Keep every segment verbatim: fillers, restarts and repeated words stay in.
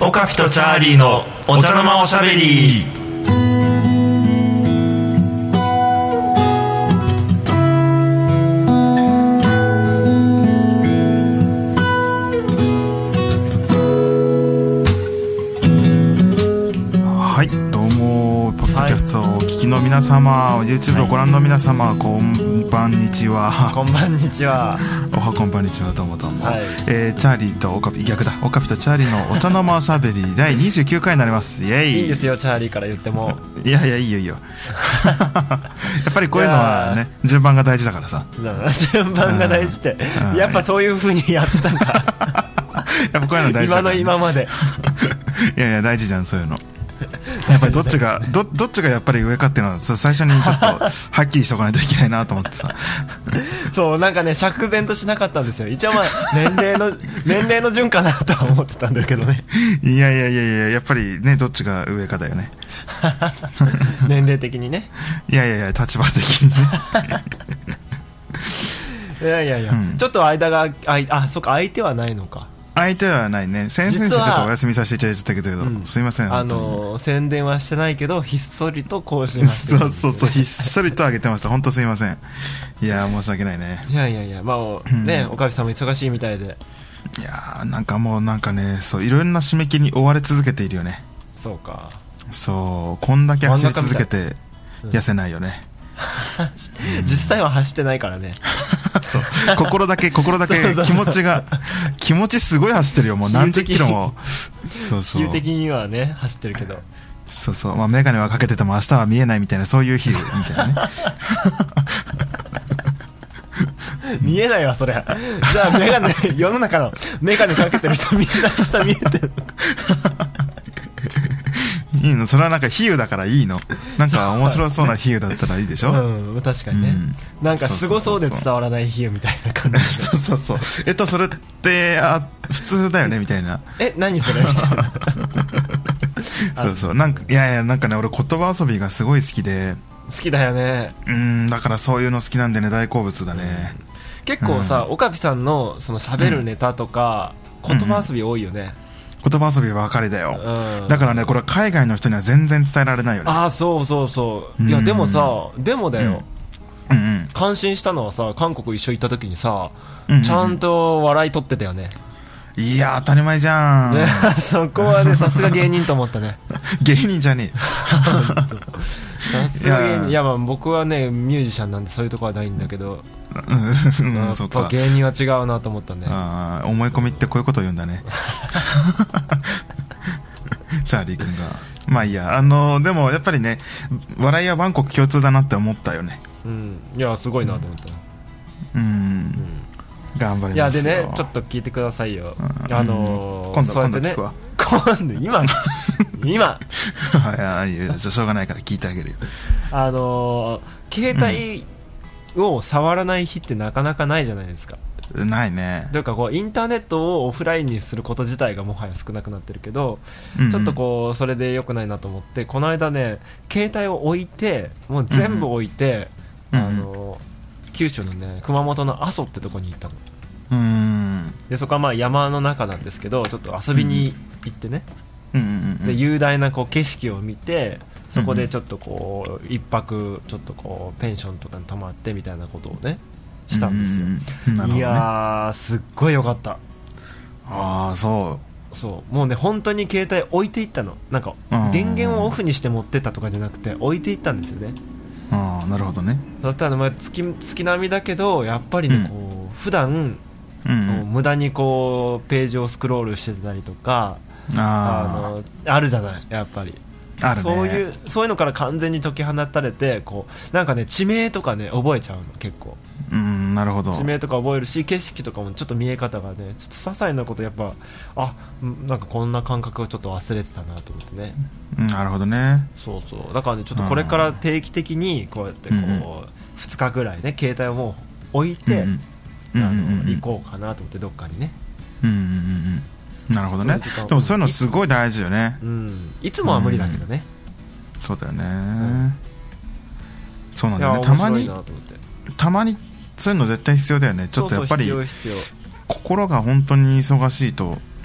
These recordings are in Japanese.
オカピとチャーリーのお茶の間おしゃべり。 はい、どうもポッドキャストをお聞きの皆様、はい、YouTube をご覧の皆様、はい、こんばんにちは。 こんばんにちは。 おはこんばんにちは、どうもどうも、 はい、 えー、チャーリーとオカピ、逆だ、オカピとチャーリーのお茶の間おしゃべりだいにじゅうきゅうかいになります。イエイ。 いいですよ、チャーリーから言っても。 いやいや、いいよいいよやっぱりこういうのはね、順番が大事だからさ。 順番が大事って、やっぱそういう風にやってたんかやっぱこういうの大事だから、ね、 今の今までいやいや、大事じゃん、そういうの。やっぱりどっちが ど, どっちがやっぱり上かっていうのは最初にちょっとはっきりしとかないといけないなと思ってさそう、なんかね、釈然としなかったんですよ。一応まあ年齢の年齢の順かなとは思ってたんだけどね。 いやいやいやいや、やっぱりね、どっちが上かだよね年齢的にね。 いやいやいや、立場的にねいやいやいや、うん、ちょっと間があいあそっか、相手はないのか。 相手はないね。先々週ちょっとお休みさせていただいたけど、うん、すいません。 あのー、宣伝はしてないけどひっそりと更新はしてるんですそうそうそう、ひっそりと上げてました。本当すいません。いや申し訳ないね。 いやいやいや、まあね、うん、岡部さんも忙しいみたいで。 いやー、なんかもうなんかね、そういろんな締め切りに追われ続けているよね。 そうか。 そう、こんだけ走り続けて痩せないよね、 うん、実際は走ってないからねそう心だけ心だけ気持ちが気持ちすごい走ってるよ。もう何十キロもそうそう、 比喩的にはね走ってるけど、 そうそう、まあ、眼鏡はかけてても明日は見えないみたいな、そういう比喩みたいなね見えないわそれ。じゃあ眼鏡、世の中の眼鏡かけてる人みんな下見えてるのかいいの、それはなんか比喩だからいいの。なんか面白そうな比喩だったらいいでしょうん、確かにね、うん、なんかすごそうで伝わらない比喩みたいな感じそうそうそう、えっとそれってあ普通だよねみたいな、 え何それみたいなそうそう、なんかいやいや、なんかね、俺言葉遊びがすごい好きで。 好きだよね。 うん、だからそういうの好きなんでね、大好物だね、 うん、結構さ、オカピさんのその喋るネタとか、うん、言葉遊び多いよね、うん、 言葉遊びばかりだよ、うん、だからね、これ海外の人には全然伝えられないよね。 ああ、そうそうそう、いやでもさ、でもだよ、 うんうんうん、 感心したのはさ、韓国一緒行った時にさ、うんうんうん、ちゃんと笑い取ってたよね。 いや当たり前じゃん、ね、 そこはね、さすが芸人と思ったね芸人じゃねえさすが芸人。いや、まあ僕はねミュージシャンなんでそういうとこはないんだけど、うん、やっぱ芸人は違うなと思ったね。 あ、思い込みってこういうことを言うんだねチャーリー君が。まあいいや、あのでもやっぱりね、笑いは万国共通だなって思ったよね。 うん、いやすごいなと思った。 うん、うん、頑張りますよ。 いやでね、ちょっと聞いてくださいよ、うん、あのー、 今度そうやってね、今度今今いや、しょうがないから聞いてあげるよ。 あのー、携帯を触らない日ってなかなかないじゃないですか。 ないね。 というかこうインターネットをオフラインにすること自体がもはや少なくなってるけど、うんうん、ちょっとこうそれで良くないなと思って、この間ね、携帯を置いて、もう全部置いて、うんうん、あの九州のね、熊本の阿蘇ってとこに行ったの。 うん、 でそこはまあ山の中なんですけど、ちょっと遊びに行ってね、うんうんうん、で雄大なこう景色を見て、そこでちょっとこう一泊ちょっとこうペンションとかに泊まってみたいなことをねしたんですよ、うんうんね、いやーすっごい良かった。 ああ、そう。 そうもうね、本当に携帯置いていったの。なんか電源をオフにして持ってったとかじゃなくて置いていったんですよね。 ああ、なるほどね。 そしたらまあ 月, 月並みだけど、やっぱりね、こう、うん、普段、うんうん、無駄にこうページをスクロールしてたりとか、あのあるじゃない、やっぱりあるね、 そういうそういうのから完全に解き放たれて、こうなんかね、地名とかね覚えちゃうの結構。 うん、なるほど。 地名とか覚えるし、景色とかもちょっと見え方がね、ちょっと些細なことやっぱ、あ、なんかこんな感覚をちょっと忘れてたなと思ってね。 なるほどね。 そうそう、だからね、ちょっとこれから定期的にこうやってこう、うんうん、ふつかぐらいね、携帯をもう置いて、うんうん、あの、うんうんうん、行こうかなと思って、どっかにね。 うんうんうん、なるほどね。でもそういうのすごい大事よね。 うん、いつもは無理だけどね、 うん、そうだよね、うん、そうなんだよね。たまにたまにそういうの絶対必要だよね。ちょっとやっぱりそうそう、必要必要。 心が本当に忙しいと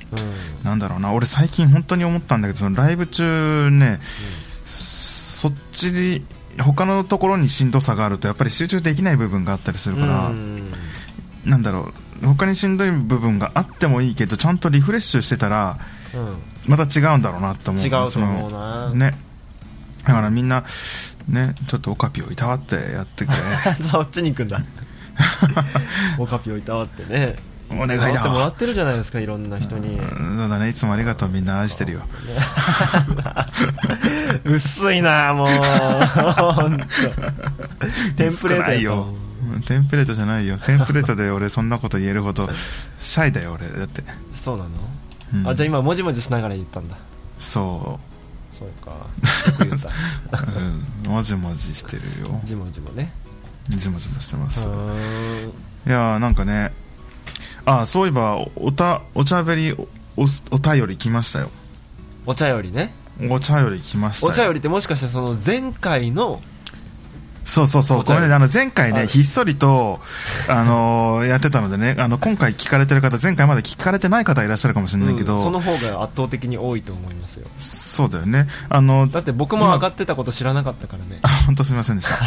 うん、なんだろうな、俺最近本当に思ったんだけど、そのライブ中ね、うん、そっちに他のところにしんどさがあるとやっぱり集中できない部分があったりするから、うん、なんだろう、他にしんどい部分があってもいいけどちゃんとリフレッシュしてたら、うん、また違うんだろうなって思う。 違うと思うな、 ね、だからみんなね、ちょっとオカピをいたわってやってくれそっちに行くんだオカピをいたわってね、 お願いだわってもらってるじゃないですか、いろんな人に。 そうだね、いつもありがとう、みんな愛してるよ薄いなもうテンプレートよ、テンプレートじゃないよ、テンプレートで俺そんなこと言えるほどシャイだよ俺だって。 そうなの、うん、あ、じゃあ今もじもじしながら言ったんだ。 そうそうか、よく言った、 うん、もじもじしてるよ、 じもじもね、 じもじもしてます。いやなんかね、あ、そういえばおたお茶べり お, お, お便り来ましたよ。 お茶よりね、 お茶より来ましたよ。 お茶よりってもしかしてその前回の、 そうそうそう、これね、あの前回ねひっそりとあのー、やってたのでね、あの今回聞かれてる方、前回まで聞かれてない方いらっしゃるかもしれないけど、 うん、その方が圧倒的に多いと思いますよ。 そうだよね、あのだって僕も上がってたこと知らなかったからね、 まあ、本当すみませんでした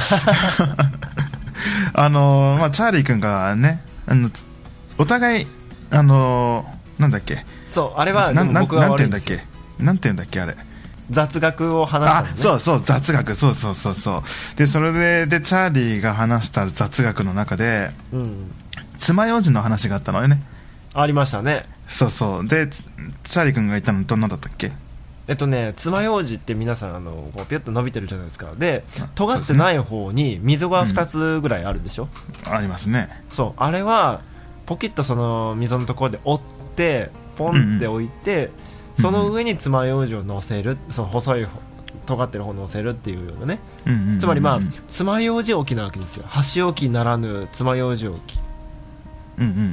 あのー、まあチャーリー君がね、あのお互いあのー、なんだっけ、 そうあれはでも僕が悪いんですよ。 なんて言うんだっけ、なんて言うんだっけあれ、 雑学を話したのね。 あ、そうそう雑学、そうそうそうそうで、それででチャーリーが話した雑学の中で、うん、爪楊枝の話があったのよね。 ありましたね。 そうそうでチャーリー君が言ったのどんなだったっけ。 えっとね、爪楊枝って皆さんあのこうピュッと伸びてるじゃないですか。で尖ってない方に溝がふたつぐらいあるでしょ、 うん、ありますね。 そうあれはポキッとその溝のところで折ってポンって置いて、うんうん、その上に爪楊枝を乗せる、その細い尖ってる方を乗せるっていうようなね、うんうんうんうん、つまりまあ爪楊枝置きなわけですよ。箸置きならぬ爪楊枝置き、うんうんうんうん、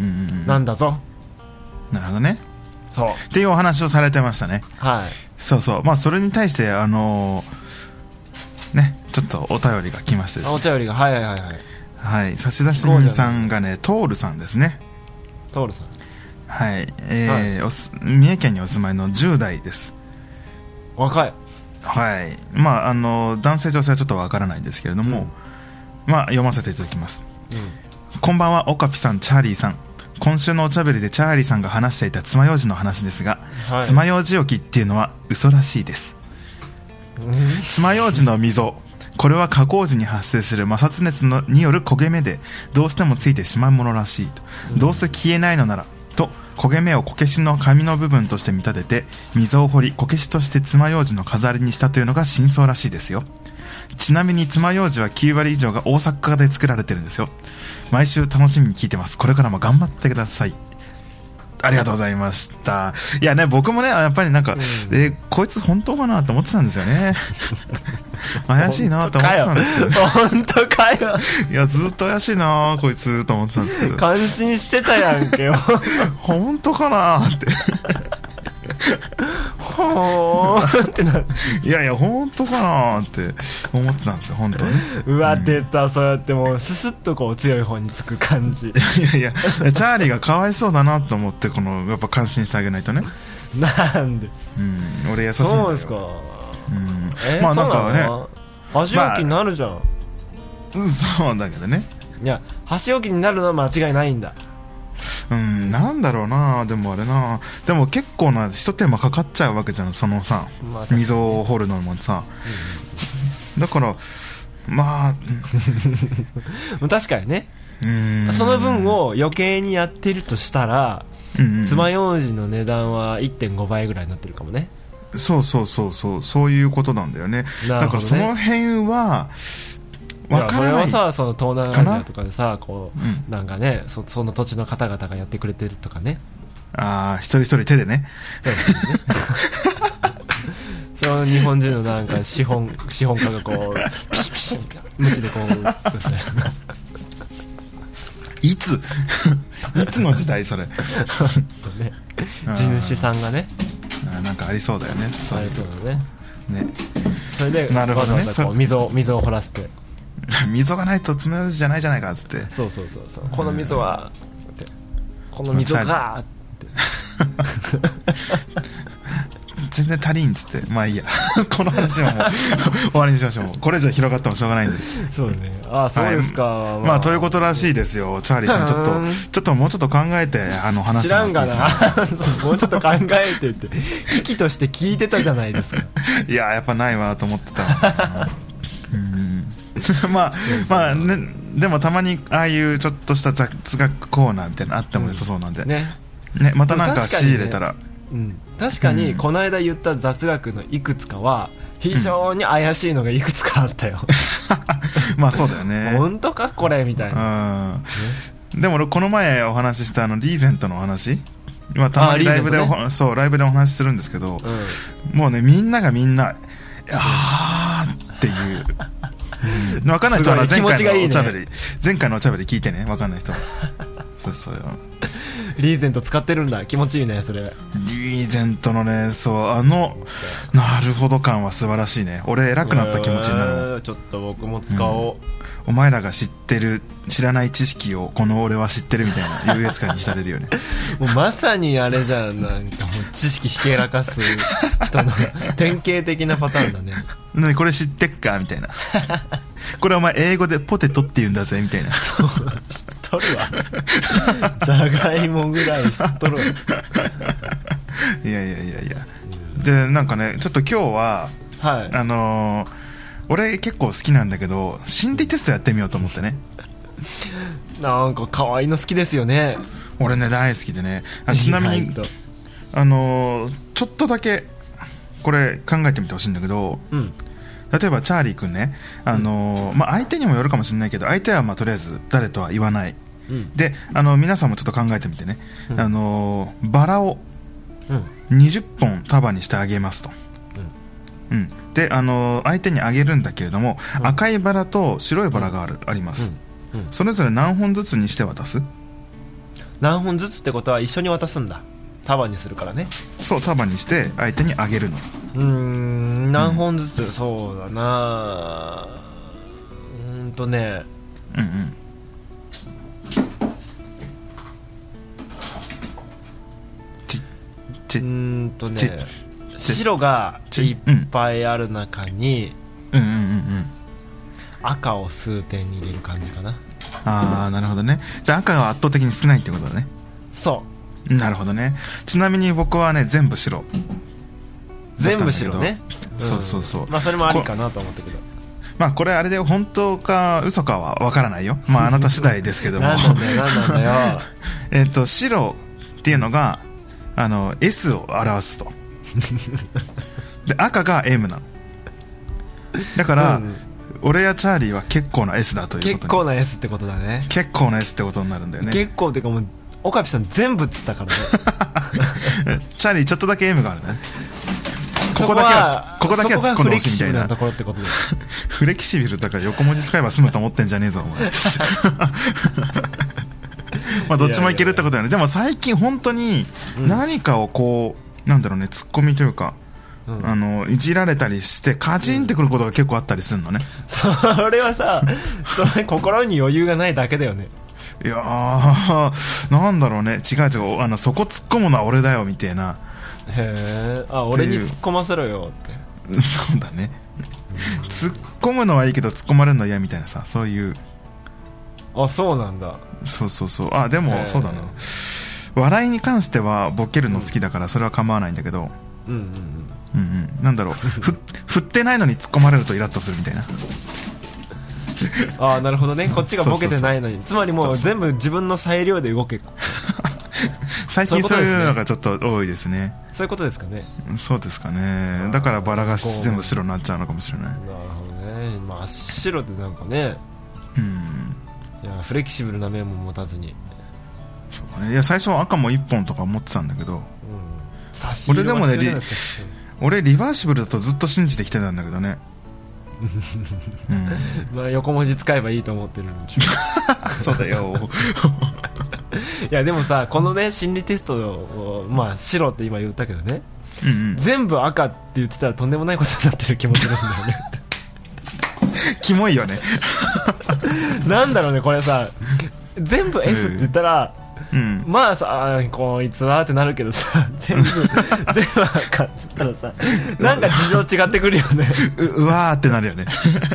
なんだぞ。 なるほどね。 そうっていうお話をされてましたね。 はい。 そうそう、まあそれに対してあのー、ねちょっとお便りが来ましてですね。 お便りがはいはいはいはいはい、差出人さんがねトールさんですね。 トールさん、 はい、えーはい、おす三重県にお住まいのじゅう代です。 若い。 はい、まああの男性女性はちょっとわからないんですけれども、うん、まあ読ませていただきます、うん、こんばんは、オカピさん、チャーリーさん。今週のお茶べりでチャーリーさんが話していた爪楊枝の話ですが、はい、爪楊枝置きっていうのは嘘らしいです、うん、爪楊枝の溝、これは加工時に発生する摩擦熱のによる焦げ目でどうしてもついてしまうものらしいと、うん、どうせ消えないのならと焦げ目をこけしの紙の部分として見立てて溝を掘りこけしとして爪楊枝の飾りにしたというのが真相らしいですよ。ちなみに爪楊枝はきゅうわり以上が大阪で作られてるんですよ。毎週楽しみに聞いてます。これからも頑張ってください。ありがとうございました。いやね、僕もねやっぱりなんか、うん、えー、こいつ本当かなと思ってたんですよね怪しいなと思ってたんですけど本当かよいやずっと怪しいなこいつと思ってたんですけど、 感心してたやんけよ本当かなってほーってな、 いやいや本当かなって思ってたんですよ本当に。 うわ、出た、うん、そうやってもうススッとこう強い方につく感じ。いやいやチャーリーがかわいそうだなと思って、このやっぱ感心してあげないとね。 なんで、 うん、俺優しいんだよ。 そうですか、うん、えー、 まあなんかね箸置きになるじゃん、まあ、そうだけどね。 いや箸置きになるのは間違いないんだ。 うん、なんだろうな、でもあれな、でも結構な一手間かかっちゃうわけじゃん、そのさ、まあ、溝を掘るのもさ、うん、だからまあ確かにね、うんその分を余計にやってるとしたら、うんうん、爪楊枝の値段は いってんご 倍ぐらいになってるかもね。 そうそうそうそうそういうことなんだよね。だからその辺はわからない。 それはさ、その東南アジアとかでさ、こう、うん、なんかね そ, その土地の方々がやってくれてるとかね。 ああ、一人一人手でね。 そうですねその日本人のなんか資本資本家がこうピシピシムチでこういついつの時代それね、 地主さんがね、 あ、なんかありそうだよね。 そうありそうだね。 ね、 それでなるほどね、 わざわざこう溝を溝を掘らせて溝がないと爪楊枝じゃないじゃないかっつって、 そうそうそうそう、この溝はって、この溝がって全然足りんっつって、まあいいやこの話はもう終わりにしましょう。これ以上広がってもしょうがないんで。 そうね。あ、そうですか、 はい、 まあ、 まあということらしいですよ。チャーリーさんちょっとちょっともうちょっと考えてあの話してもらっていいですか。 知らんがなもうちょっと考えてって危機として聞いてたじゃないですか。 いややっぱないわと思ってたうんまあまあね、でもたまにああいうちょっとした雑学コーナーみたいなのあっても良さそうなんで、うん、ね, ねまたなんか仕入れたら、 うん、確かにこの間言った雑学のいくつかは非常に怪しいのがいくつかあったよ、 うん、まあそうだよね。 本当かこれみたいな、 うん、でもこの前お話ししたあのリーゼントのお話、今たまにライブで お,、ね、そうライブでお話しするんですけど、うん、もうねみんながみんなあーっていううん、分かんない人は前回のおしゃべり、ね、前回のおしゃべり聞いてね、分かんない人はそうそうよ。 リーゼント使ってるんだ、気持ちいいねそれ。 リーゼントのね、そうあのなるほど感は素晴らしいね。俺偉くなった気持ちになるもん、えー、ちょっと僕も使おう、うん、 お前らが知ってる知らない知識をこの俺は知ってるみたいな優越感に浸れるよねもうまさにあれじゃん、なんかもう知識ひけらかす人の典型的なパターンだね。 ね、これ知ってっかみたいなこれお前英語でポテトって言うんだぜみたいな知っとるわじゃがいもぐらい知っとるわいやいやいやいや、でなんかねちょっと今日は、はい、あのー、俺結構好きなんだけど心理テストやってみようと思ってねなんか可愛いの好きですよね。 俺ね大好きでね。ちなみにあのー、ちょっとだけこれ考えてみてほしいんだけど、うん、例えばチャーリー君ね、あのーまあ、相手にもよるかもしれないけど相手はまあとりあえず誰とは言わない、うん、であの皆さんもちょっと考えてみてね、うん、あのー、バラをにじゅっぽん束にしてあげますと、うんうん、で、あのー、相手にあげるんだけれども、うん、赤いバラと白いバラがある、うん、あります、うんうん、それぞれ何本ずつにして渡す？ 何本ずつってことは一緒に渡すんだ。束にするからね。 そう束にして相手にあげるの。 うーん何本ずつ、うん、そうだなうーんとねうんうんちちうーんとね白がいっぱいある中に、うん、うんうんうんうん赤を数点に入れる感じかな。 ああなるほどね。じゃあ赤が圧倒的に少ないってことだね。 そうなるほどね。ちなみに僕はね全部白。 全部白ね、 うん、そうそうそう。 まあそれもありかなと思ったけど、 まあこれあれで本当か嘘かは分からないよ。まああなた次第ですけどもなんなんだよなんなんだよえっと白っていうのがあの エス を表すとで赤が エム なのだから、うん、俺やチャーリーは結構な エス だということに。 結構な エス ってことだね。 結構な エス ってことになるんだよね。 結構っていうかもうオカピさん全部っつったからねチャーリーちょっとだけ エム があるね。ここだけはここだけは突っ込んでほしいみたいな。フレキシビルだから横文字使えば済むと思ってんじゃねえぞお前まあどっちもいけるってことだよね。でも最近本当に何かをこう、うん、なんだろうね突っ込みというか、うん、あのいじられたりしてカチンってくることが結構あったりするのね、 うん、それはさそれ心に余裕がないだけだよね。 いやーなんだろうね。違う違うあのそこ突っ込むのは俺だよみたいな。 へえ、あ俺に突っ込ませろよって。 そうだね突っ込むのはいいけど突っ込まれるのは嫌みたいなさ、そういう。 あそうなんだ。 そうそうそう。あでもそうだな、笑いに関してはボケるの好きだからそれは構わないんだけど、うんうんうんうんうんなんだろうふ振ってないのに突っ込まれるとイラッとするみたいなあなるほどね。こっちがボケてないのに。そうそうそうつまりもう全部自分の裁量で動け最近そういうのがちょっと多いですね。 そういうことですかね。 そうですかね。だからバラが全部白になっちゃうのかもしれない。なるほどね。真っ白ってなんかね、うん、いやフレキシブルな面も持たずに。 そうね。いや最初は赤もいっぽんとか思ってたんだけど、うん、 俺でもねリ俺リバーシブルだとずっと信じてきてたんだけどねうん、まあ横文字使えばいいと思ってるんでしょそうだよいやでもさこのね心理テストをまあ白って今言ったけどね、うんうん、全部赤って言ってたらとんでもないことになってる気持ちなんだよねキモいよねなんだろうねこれさ全部 エス って言ったら、 うん、 まあさこいつはってなるけどさ全部全部赤っつったらさなんか事情違ってくるよねう, うわーってなるよね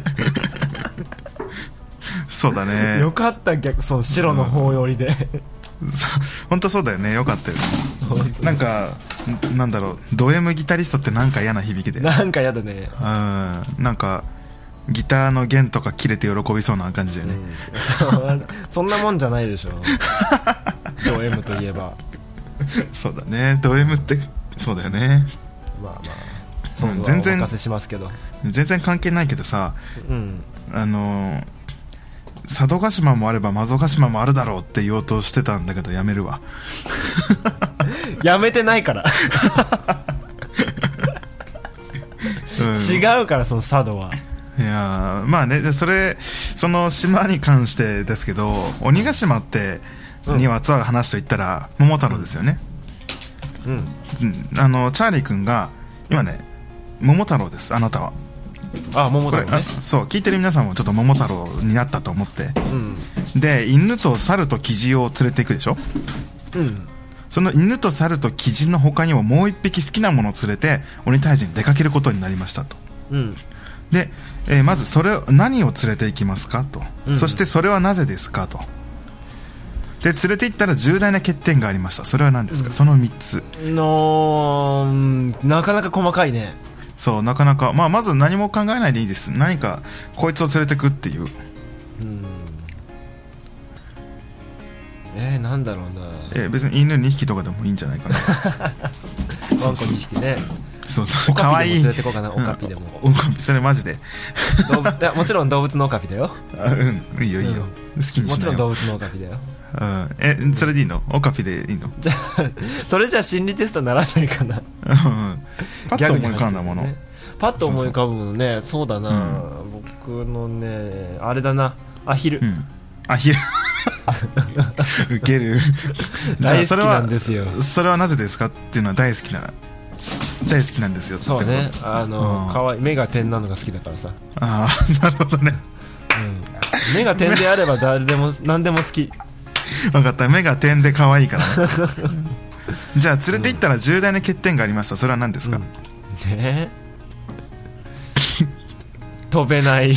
そうだねよかった逆そう白の方寄りで、 うん、本当そうだよねよかったよなんかなんだろうド M ギタリストってなんか嫌な響きでなんか嫌だねうんなんかギターの弦とか切れて喜びそうな感じだよね、 うん、そ, そんなもんじゃないでしょド M といえばそうだねド M ってそうだよねまあまあそうそう、 全然お任せしますけど全然関係ないけどさ、 うん、 あの佐渡島もあればマゾヶ島もあるだろうって言おうとしてたんだけどやめるわやめてないから、うん、違うからその佐渡はいやまあねそれその島に関してですけど鬼ヶ島ってにまつわる話といったら桃太郎ですよね、うん、うん、あのチャーリー君が今ね桃太郎ですあなたはあ桃太郎ねそう聞いてる皆さんもちょっと桃太郎になったと思って、うん、で犬と猿とキジを連れていくでしょ、うん、その犬と猿とキジの他にももう一匹好きなものを連れて鬼退治に出かけることになりましたと、うん、で、えー、まずそれを何を連れて行きますかと、うん、そしてそれはなぜですかとで連れて行ったら重大な欠点がありましたそれは何ですか、うん、そのみっつのなかなか細かいねそうなかなか、まあ、まず何も考えないでいいです何かこいつを連れてくっていう、うん、 えー、なんだろうな、 えー、別に犬にひきとかでもいいんじゃないかなワンコにひきねそうそうかわいい連れてこうかなオカピでも、 うん、オカピそれマジで動物もちろん動物のオカピだよあうんいいよいいよ、うん、好きにしなよもちろん動物のオカピだようん、えそれでいいのオカピでいいのじゃあそれじゃあ心理テストならないかなパッと思い浮かんだもの、 ね、パッと思い浮かぶのねそうだな、うん、僕のねあれだなアヒル、うん、 アヒルウケる大好きなんですよそれはなぜですかっていうのは大好きな大好きなんですよそうねあの、うん、かわい目が点なのが好きだからさああなるほどね、 うん、目が点であれば誰でも何でも好き分かった目が点で可愛いからじゃあ連れて行ったら重大な欠点がありましたそれは何ですか、うん、ね飛べない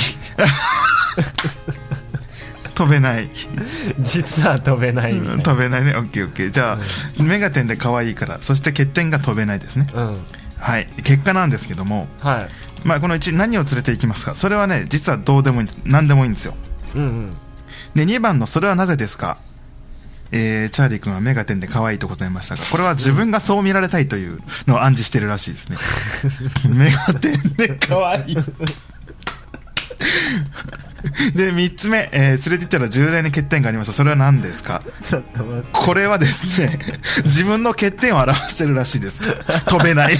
飛べない実は飛べないみたいな、うん、 飛べないねオッケーオッケーじゃあ、うん、目が点で可愛いからそして欠点が飛べないですね、うん、はい結果なんですけども、はいまあ、このいち何を連れて行きますかそれはね実はどうでもいい何でもいいんですよ、うんうん、でにばんのそれはなぜですかえー、チャーリー君は目が点で可愛いと答えましたがこれは自分がそう見られたいというのを暗示してるらしいですね目が点で可愛いでみっつめ、えー、連れて行ったら重大な欠点がありましたそれは何ですかちょっと待ってこれはですね自分の欠点を表してるらしいです飛べない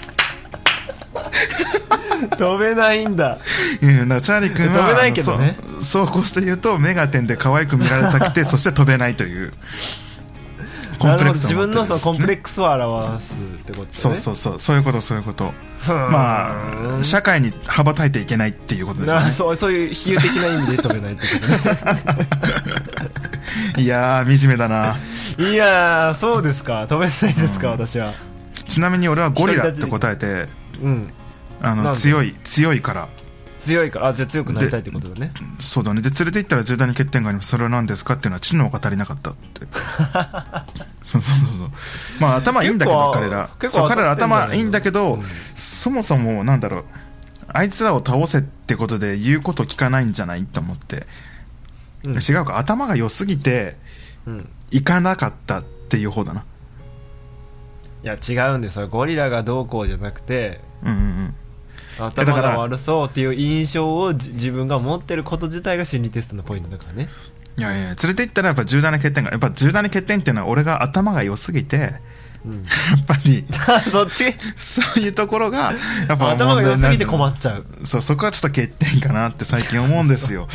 飛べないんだ。 いやだからチャーリー君は飛べないけどね。 そうこうして言うと目が点で可愛く見られたくてそして飛べないというコンプレックスを持ってるんですね。自分のそのコンプレックスを表すってことね。 そうそうそうそういうことそういうこと。まあ社会に羽ばたいていけないっていうことですよね。 そうそういう比喩的な意味で飛べないってことね。 いやー惨めだな。 いやーそうですか飛べないですか、うん、私は。 ちなみに俺はゴリラって答えて、うん、あの強い強いから強いからあじゃあ強くなりたいってことだね。 そうだね。で連れて行ったら重大に欠点があります。それは何ですかっていうのは知能が足りなかったって。そうそうそうそう。まあ頭いいんだけど彼らそう彼ら頭いいんだけど、うん、そもそもなんだろうあいつらを倒せってことで言うこと聞かないんじゃないと思って、うん、違うか頭が良すぎて、うん、行かなかったっていう方だな。 いや違うんですよ。ゴリラがどうこうじゃなくて、うんうんうん、頭が悪そうっていう印象を自分が持ってること自体が心理テストのポイントだからね。 いやいや連れて行ったらやっぱ重大な欠点がやっぱ重大な欠点っていうのは俺が頭が良すぎて、うん、やっぱりそっちそういうところがやっぱ頭が良すぎて困っちゃう。 そうそこはちょっと欠点かなって最近思うんですよ。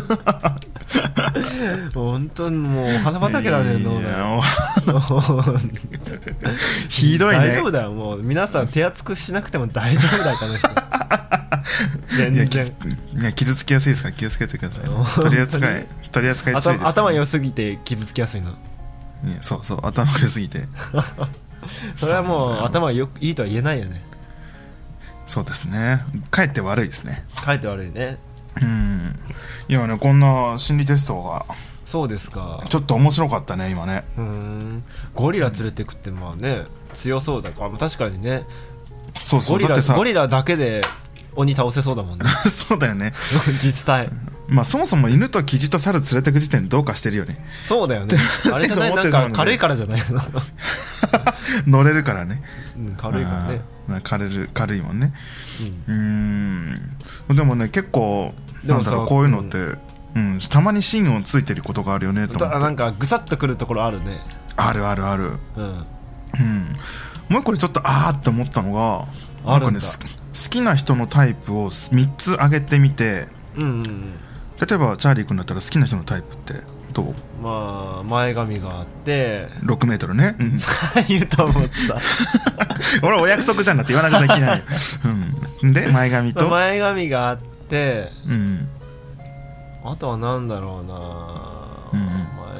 本当にもう花畑だね。脳内ひどいね。 大丈夫だよもう皆さん手厚くしなくても大丈夫だよこの人。全然いや傷つきやすいですから気をつけてください。取り扱い取り扱い注意です、ね、 頭良すぎて傷つきやすいの。 ね、そうそう頭が良すぎてそれはもう頭がよいいとは言えないよね。 そうですね、かえって悪いですね。 かえって悪いね。 うん。いやね、こんな心理テストがそうですか。 ちょっと面白かったね今ね。 うーん、ゴリラ連れてくってまあね、強そうだから確かにね。 そうそう、 ゴリラだってさゴリラだけで鬼倒せそうだもんねそうだよね実際。 まあそもそも犬とキジと猿連れてく時点でどうかしてるよね。 そうだよねあれじゃない、なんか軽いからじゃないの乗れるからね、 うん、軽いからね。 軽る軽いもんね。うん、うーんでもね結構なんだろう、こういうのって、うんうん、たまに芯をついてることがあるよねと思って。 なんかぐさっとくるところあるね。 あるあるある、 うん、 うん、もう一個でちょっとあーって思ったのが、 あるんだ。 なんかね、好きな人のタイプをみっつ挙げてみて、 うんうんうん、 例えばチャーリー君だったら好きな人のタイプってどう？ まあ前髪があってろくメートルね、うん、 言うと思った俺お約束じゃんだって言わなきゃいけない、うん、で前髪と前髪があって、 うん、 あとはなんだろうな、うん、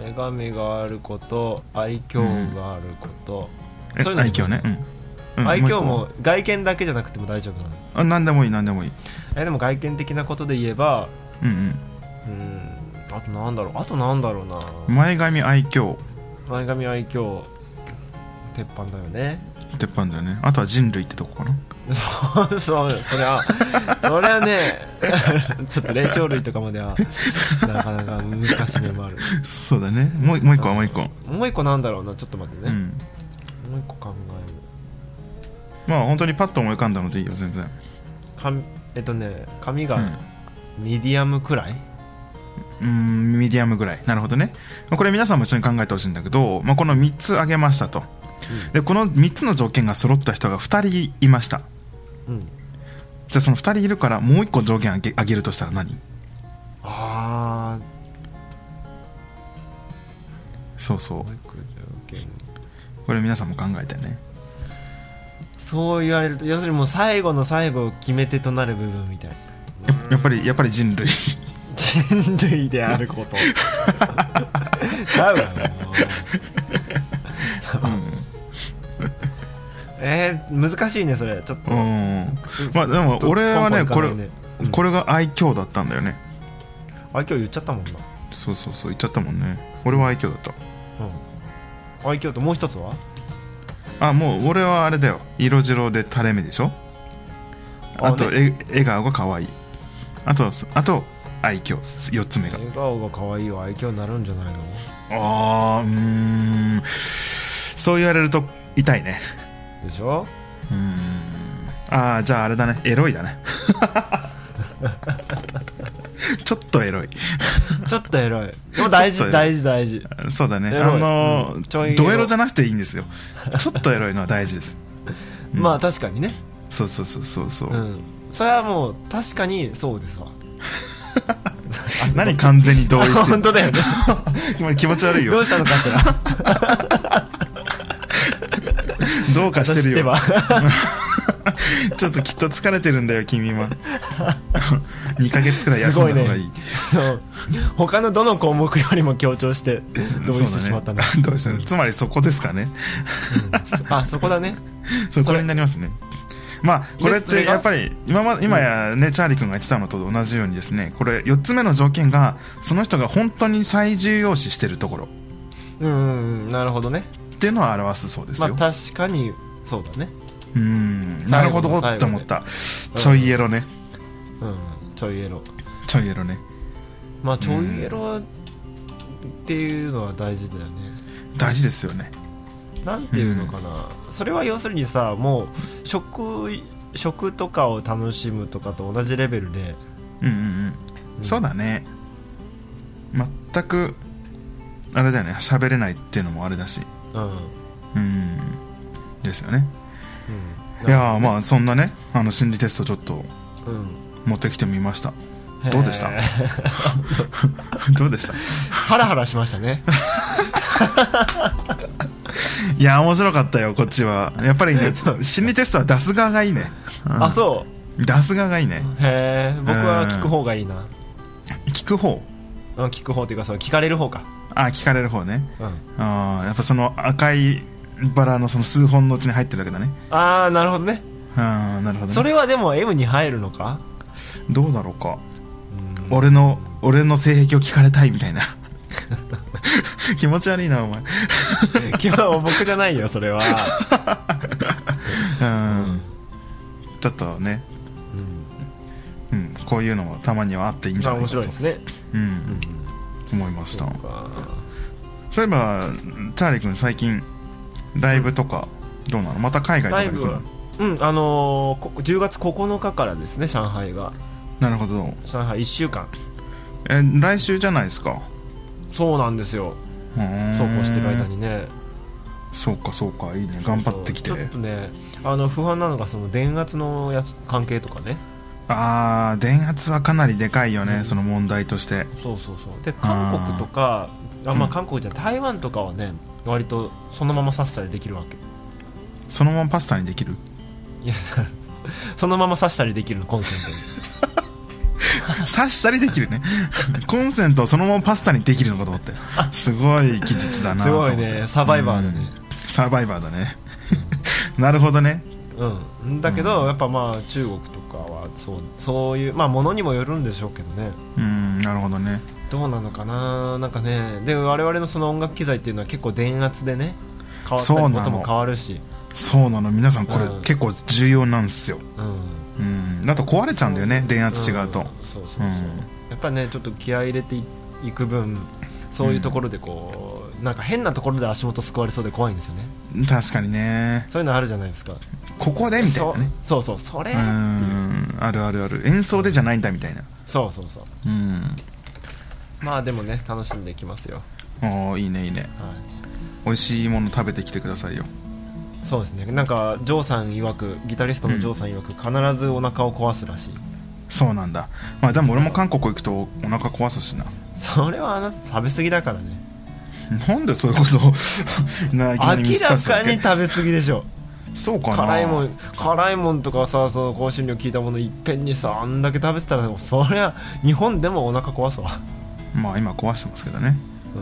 前髪があること愛嬌があること、 うん、そういうの愛嬌ね、うんうん、愛嬌も外見だけじゃなくても大丈夫なの？ あ、何でもいい何でもいい。 えでも外見的なことで言えば、 うんうん、 うんあとなんだろうあとなんだろうな前髪愛嬌前髪愛嬌鉄板だよね。 鉄板だよね。あとは人類ってとこかなそうそれはそれはねちょっと霊長類とかまではなかなか難しい面もある。 そうだね。もうもう一個はもう一個もう一個なんだろうな、ちょっと待ってね、うん、もう一個考える。まあ本当にパッと思い浮かんだのでいいよ全然。 髪えっとね髪がミディアムくらい、 うん、うんミディアムぐらい。なるほどね。これ皆さんも一緒に考えてほしいんだけど、まあ、このみっつ挙げましたと、うん、でこのみっつの条件が揃った人がふたりいました、うん、じゃあそのふたりいるからもういっこ条件挙げ、挙げるとしたら何？ ああそうそう、 もういっこ条件、 これ皆さんも考えてね。 そう言われると要するにもう最後の最後決め手となる部分みたいな。 や, やっぱりやっぱり人類人類であることちゃうわよえー、難しいねそれちょっと。うんまあでも俺はねこれ、うん、これが愛嬌だったんだよね。 愛嬌言っちゃったもんな。 そうそうそう言っちゃったもんね。俺は愛嬌だった、 うん、愛嬌ともう一つはあもう俺はあれだよ、色白で垂れ目でしょ。あと、ね、笑顔が可愛い。あとあと愛嬌よっつめが笑顔が可愛いは愛嬌になるんじゃないの？ あーうーんそう言われると痛いね。 でしょ。 うーんああじゃああれだね、エロいだねちょっとエロいちょっとエロいでも大事大事大事。 そうだね、あのーうん、ドエロじゃなくていいんですよちょっとエロいのは大事です、 うん、まあ確かにね。 そうそうそうそうそう、うん、 それはもう確かにそうですわ何完全に同意してる本当だよね今気持ち悪いよ。 どうしたのかしらどうかしてるよちょっときっと疲れてるんだよ君はにかげつくらい休んだ方がいい。 すごいね、そう他のどの項目よりも強調して同意してしまったんだ。 どうしたの、つまりそこですかね、 うん、あそこだねそこになりますね。まあこれってやっぱり今ま今やね、うん、チャーリー君が言ってたのと同じようにですね、これよっつめの条件がその人が本当に最重要視してるところ、 うん、うん、なるほどねっていうのを表すそうですよ。 まあ確かにそうだね。 うん、なるほどって思った、ちょいエロね、 うん、うん、ちょいエロちょいエロね。 まあちょいエロっていうのは大事だよね。 大事ですよね。 なんていうのかな、うん、それは要するにさ、もう食食とかを楽しむとかと同じレベルで、 うんうんうん、うん、そうだね。全くあれだよね、喋れないっていうのもあれだし、うん、うんですよね、うん、いやまあそんなね、あの心理テストちょっと持ってきてみました、うん、どうでしたどうでした？ ハラハラしましたねいや面白かったよこっちは。やっぱりね心理テストは出す側がいいね、 うん、あそう出す側がいいね。 へえ、僕は聞く方がいいな。 聞く方？ うん、聞く方っていうかそう聞かれる方か。 あ聞かれる方ね、 うん、 あやっぱその赤いバラのその数本のうちに入ってるわけだね。 ああなるほどね。 あなるほど、ね、 それはでも エム に入るのか。 どうだろうか。俺の俺の性癖を聞かれたいみたいな気持ち悪いなお前今日は僕じゃないよそれはうん、うん、ちょっとね、うん、うん、こういうのもたまにはあっていいんじゃないかと、 面白いですね、 うんうん、思いました。そういえばチャーリー君最近ライブとかどうなの？また海外とか行くの？ うんあのー、じゅうがつここのかからですね上海が。 なるほど。 上海いっしゅうかん。 え来週じゃないですか。 そうなんですよ。そうこうしてる間にね。 そうかそうかいいね頑張ってきて。 そうそうちょっとねあの不安なのがその電圧のやつ関係とかね。 ああ電圧はかなりでかいよね、うん、その問題として。そうそうそうで韓国とかあ、まあ、韓国じゃない、うん、台湾とかはね割とそのまま刺したりできるわけ。 そのままパスタにできる？ いやそのまま刺したりできるのコンセントに刺したりできるねコンセントをそのままパスタにできるのかと思ってすごい技術だなと思って。 すごいねサバイバーだね、 うん、サバイバーだねなるほどね。 うんだけど、うん、やっぱまあ中国とかはそうそういうまあものにもよるんでしょうけどね。 うんなるほどね。どうなのかな。なんかねで我々のその音楽機材っていうのは結構電圧でね変わったりことも変わるし。 そうなの皆さんこれ、うん、結構重要なんですよ、うんうん、だと壊れちゃうんだよね、うん、電圧違うと、うん、そうそうそう、うん、 やっぱねちょっと気合い入れていく分そういうところでこう、うん、なんか変なところで足元すくわれそうで怖いんですよね。 確かにねそういうのあるじゃないですか。 ここでみたいなね。 そうそうそれうんあるあるある演奏でじゃないんだみたいな。 そうそうそう、うん、まあでもね楽しんでいきますよ。 おいいねいいね、はい、美味しいもの食べてきてくださいよ。 そうですねなんかジョーさん曰くギタリストのジョーさん曰く、うん、必ずお腹を壊すらしい。 そうなんだ。まあでも俺も韓国行くとお腹壊すしな。 それはあなた食べ過ぎだからね。 なんでそういうことをな明らかに食べ過ぎでしょ。 そうかな。 辛いもん辛いもんとかさその香辛料効いたものいっぺんにさあんだけ食べてたらそりゃ日本でもお腹壊すわ。 まあ今壊してますけどね、うん、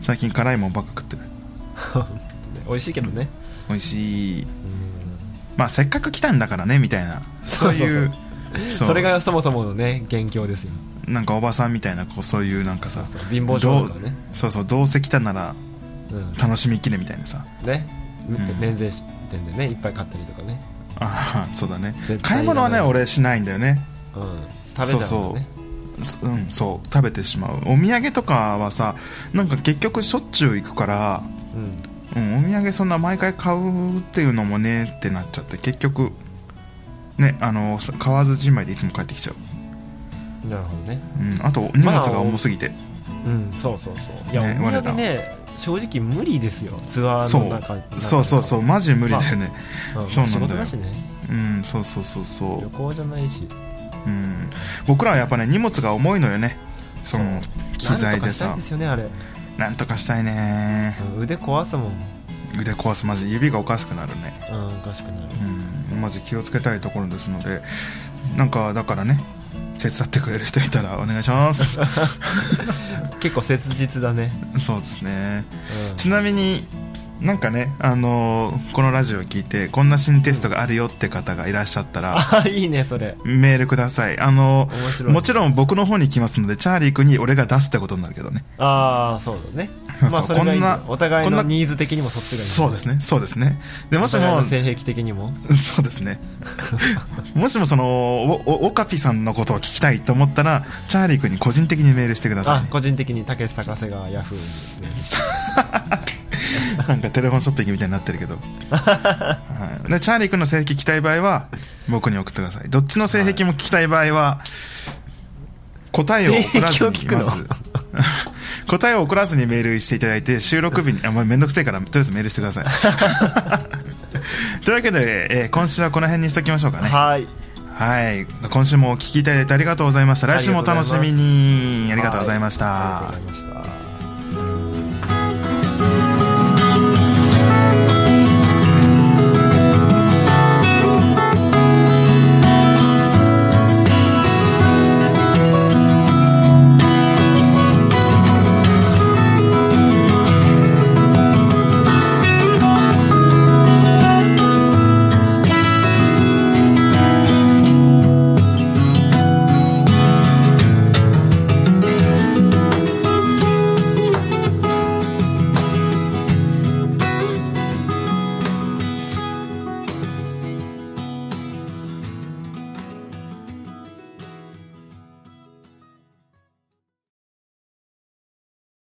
最近辛いもんばっか食ってる美味しいけどね。 美味しい。まあせっかく来たんだからねみたいなそういうそ, それがそもそものね元凶ですよ。 なんかおばさんみたいなこうそういうなんかさそうそう貧乏症とかねそうそうどうせ来たなら楽しみきれみたいなさ、 うん、ね、うん、免税店でねいっぱい買ったりとかね。 ああそうだね買い物はね俺しないんだよね、 うん、食べちゃうんだね。 そうそう、うん、そう食べてしまう。お土産とかはさなんか結局しょっちゅう行くから、うんうん、お土産そんな毎回買うっていうのもねってなっちゃって結局ねあの買わずじまいでいつも帰ってきちゃう。 なるほどね、 うん、あと荷物が重すぎて、まあ、うんそうそうそういや、ね、お土産ね正直無理ですよツアーの中に。 そうそうそうマジ無理だよね、 まあ、 そうなんだよ。 仕事だしね。 うんそうそうそうそう旅行じゃないし、 うん、僕らはやっぱね荷物が重いのよねその機材でさ。 なんとかしたいですよねあれ。 なんとかしたいね、 うん、腕壊すもん。 腕壊すマジ指がおかしくなるね。 うんおかしくなる、 うん、マジ気をつけたいところですのでなんかだからね手伝ってくれる人いたらお願いします結構切実だね。 そうですね、うん、ちなみになんかね、あのー、このラジオを聞いてこんな新テストがあるよって方がいらっしゃったら、 うん、あいいねそれメールください。あのー、もちろん僕の方に来ますのでチャーリー君に俺が出すってことになるけどね。 ああそうだねまあそれがいい。こんなお互いのニーズ的にもそっちがいい、ね、 そうですねそうですね。でもしも性癖的にもそうですねもしもそのおおオカピさんのことを聞きたいと思ったらチャーリー君に個人的にメールしてください、ね、 あ個人的に竹内高瀬がヤフーになんかテレフォンショッピングみたいになってるけど、はい、でチャーリー君の性癖聞きたい場合は僕に送ってください。どっちの性癖も聞きたい場合は答えを送らずにまず答えを送らずにメールしていただいて収録日にあ、まあ、めんどくせえからとりあえずメールしてくださいというわけで、えー、今週はこの辺にしときましょうかね。 はいはい、今週もお聞きいただいてありがとうございました。来週もお楽しみに。ありがとうございました。